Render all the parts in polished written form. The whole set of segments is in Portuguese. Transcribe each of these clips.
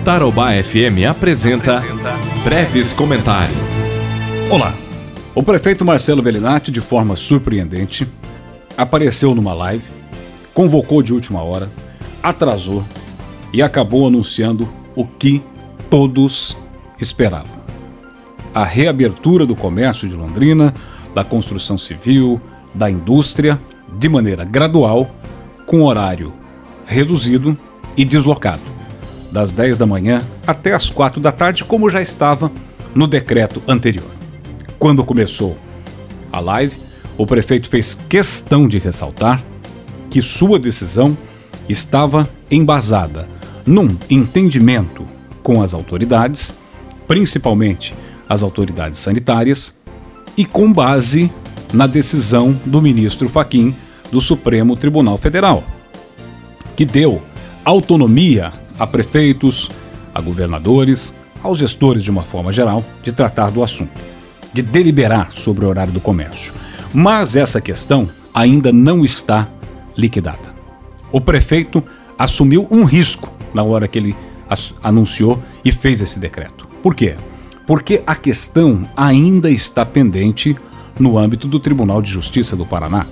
Tarobá FM apresenta Breves Comentários. Olá, o prefeito Marcelo Bellinati, de forma surpreendente, apareceu numa live, convocou de última hora, atrasou e acabou anunciando o que todos esperavam: a reabertura do comércio de Londrina, da construção civil, da indústria, de maneira gradual, com horário reduzido e deslocado, das 10 da manhã até as 4 da tarde, como já estava no decreto anterior. Quando começou a live, o prefeito fez questão de ressaltar que sua decisão estava embasada num entendimento com as autoridades, principalmente as autoridades sanitárias, e com base na decisão do ministro Fachin do Supremo Tribunal Federal, que deu autonomia a prefeitos, a governadores, aos gestores de uma forma geral, de tratar do assunto, de deliberar sobre o horário do comércio. Mas essa questão ainda não está liquidada. O prefeito assumiu um risco na hora que ele anunciou e fez esse decreto. Por quê? Porque a questão ainda está pendente no âmbito do Tribunal de Justiça do Paraná.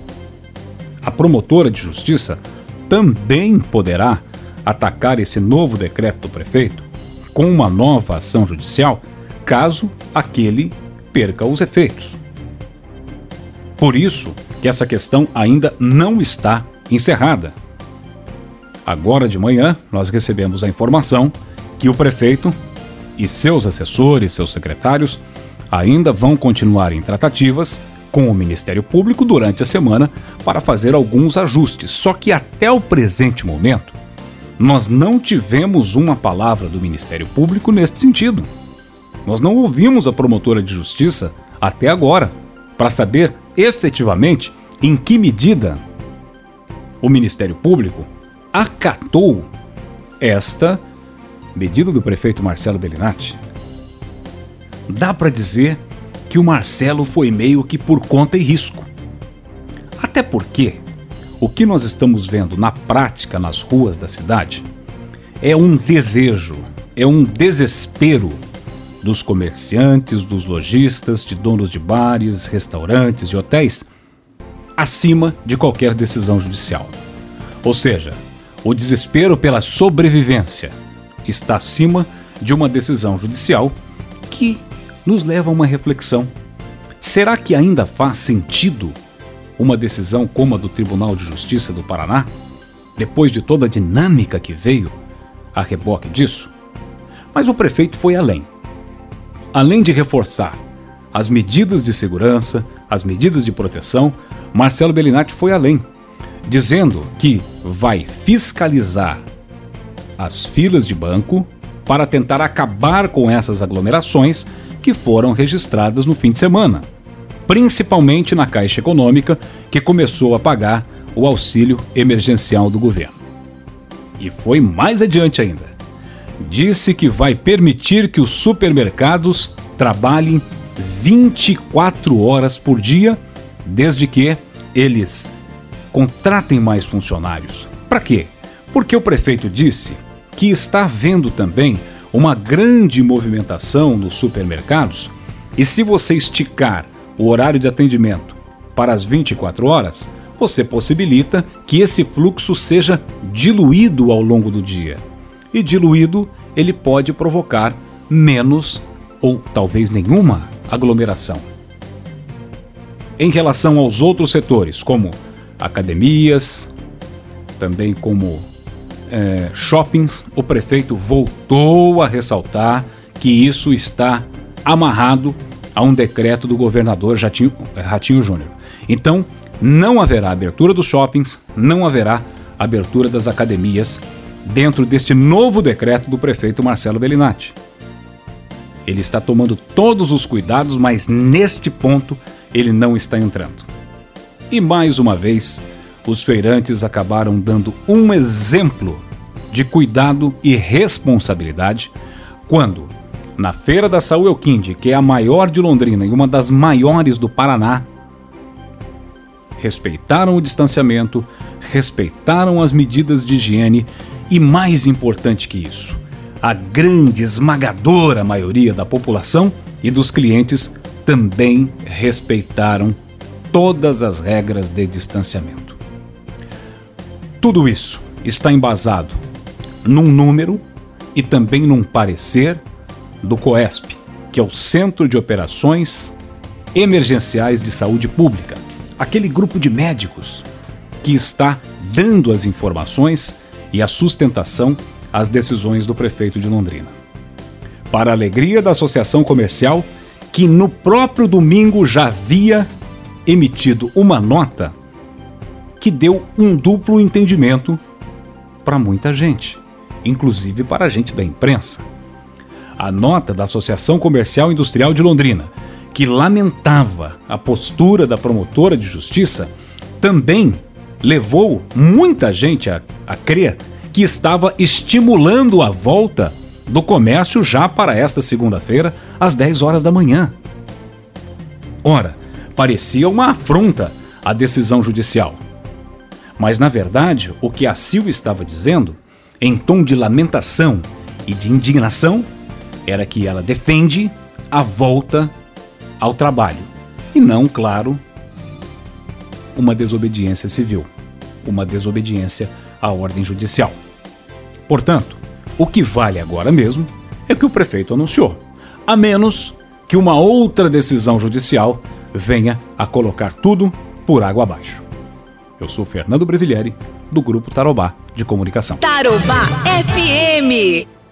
A promotora de justiça também poderá atacar esse novo decreto do prefeito com uma nova ação judicial, caso aquele perca os efeitos. Por isso que essa questão ainda não está encerrada. Agora de manhã, nós recebemos a informação que o prefeito e seus assessores, seus secretários, ainda vão continuar em tratativas com o Ministério Público durante a semana para fazer alguns ajustes. Só que até o presente momento, nós não tivemos uma palavra do Ministério Público neste sentido. Nós não ouvimos a promotora de justiça até agora para saber efetivamente em que medida o Ministério Público acatou esta medida do prefeito Marcelo Bellinati. Dá para dizer que o Marcelo foi meio que por conta e risco. Até porque o que nós estamos vendo na prática nas ruas da cidade é um desejo, é um desespero dos comerciantes, dos lojistas, de donos de bares, restaurantes e hotéis, acima de qualquer decisão judicial. Ou seja, o desespero pela sobrevivência está acima de uma decisão judicial que nos leva a uma reflexão. Será que ainda faz sentido uma decisão como a do Tribunal de Justiça do Paraná, depois de toda a dinâmica que veio a reboque disso? Mas o prefeito foi além. Além de reforçar as medidas de segurança, as medidas de proteção, Marcelo Bellinati foi além, dizendo que vai fiscalizar as filas de banco para tentar acabar com essas aglomerações que foram registradas no fim de semana, principalmente na Caixa Econômica, que começou a pagar o auxílio emergencial do governo. E foi mais adiante ainda. Disse que vai permitir que os supermercados trabalhem 24 horas por dia, desde que eles contratem mais funcionários. Para quê? Porque o prefeito disse que está havendo também uma grande movimentação nos supermercados, e se você esticar o horário de atendimento para as 24 horas, você possibilita que esse fluxo seja diluído ao longo do dia. E diluído, ele pode provocar menos ou talvez nenhuma aglomeração. Em relação aos outros setores, como academias, também como shoppings, o prefeito voltou a ressaltar que isso está amarrado a um decreto do governador Ratinho Júnior. Então, não haverá abertura dos shoppings, não haverá abertura das academias dentro deste novo decreto do prefeito Marcelo Bellinati. Ele está tomando todos os cuidados, mas neste ponto ele não está entrando. E mais uma vez, os feirantes acabaram dando um exemplo de cuidado e responsabilidade quando, na Feira da Saúl Elquinde, que é a maior de Londrina e uma das maiores do Paraná, respeitaram o distanciamento, respeitaram as medidas de higiene e, mais importante que isso, a grande, esmagadora maioria da população e dos clientes também respeitaram todas as regras de distanciamento. Tudo isso está embasado num número e também num parecer do COESP, que é o Centro de Operações Emergenciais de Saúde Pública, aquele grupo de médicos que está dando as informações e a sustentação às decisões do prefeito de Londrina. Para a alegria da Associação Comercial, que no próprio domingo já havia emitido uma nota que deu um duplo entendimento para muita gente, inclusive para a gente da imprensa. A nota da Associação Comercial Industrial de Londrina, que lamentava a postura da promotora de justiça, também levou muita gente a crer que estava estimulando a volta do comércio já para esta segunda-feira, às 10 horas da manhã. Ora, parecia uma afronta à decisão judicial. Mas, na verdade, o que a Sil estava dizendo, em tom de lamentação e de indignação, era que ela defende a volta ao trabalho e não, claro, uma desobediência civil, uma desobediência à ordem judicial. Portanto, o que vale agora mesmo é o que o prefeito anunciou, a menos que uma outra decisão judicial venha a colocar tudo por água abaixo. Eu sou Fernando Brevilieri, do Grupo Tarobá de Comunicação. Tarobá FM.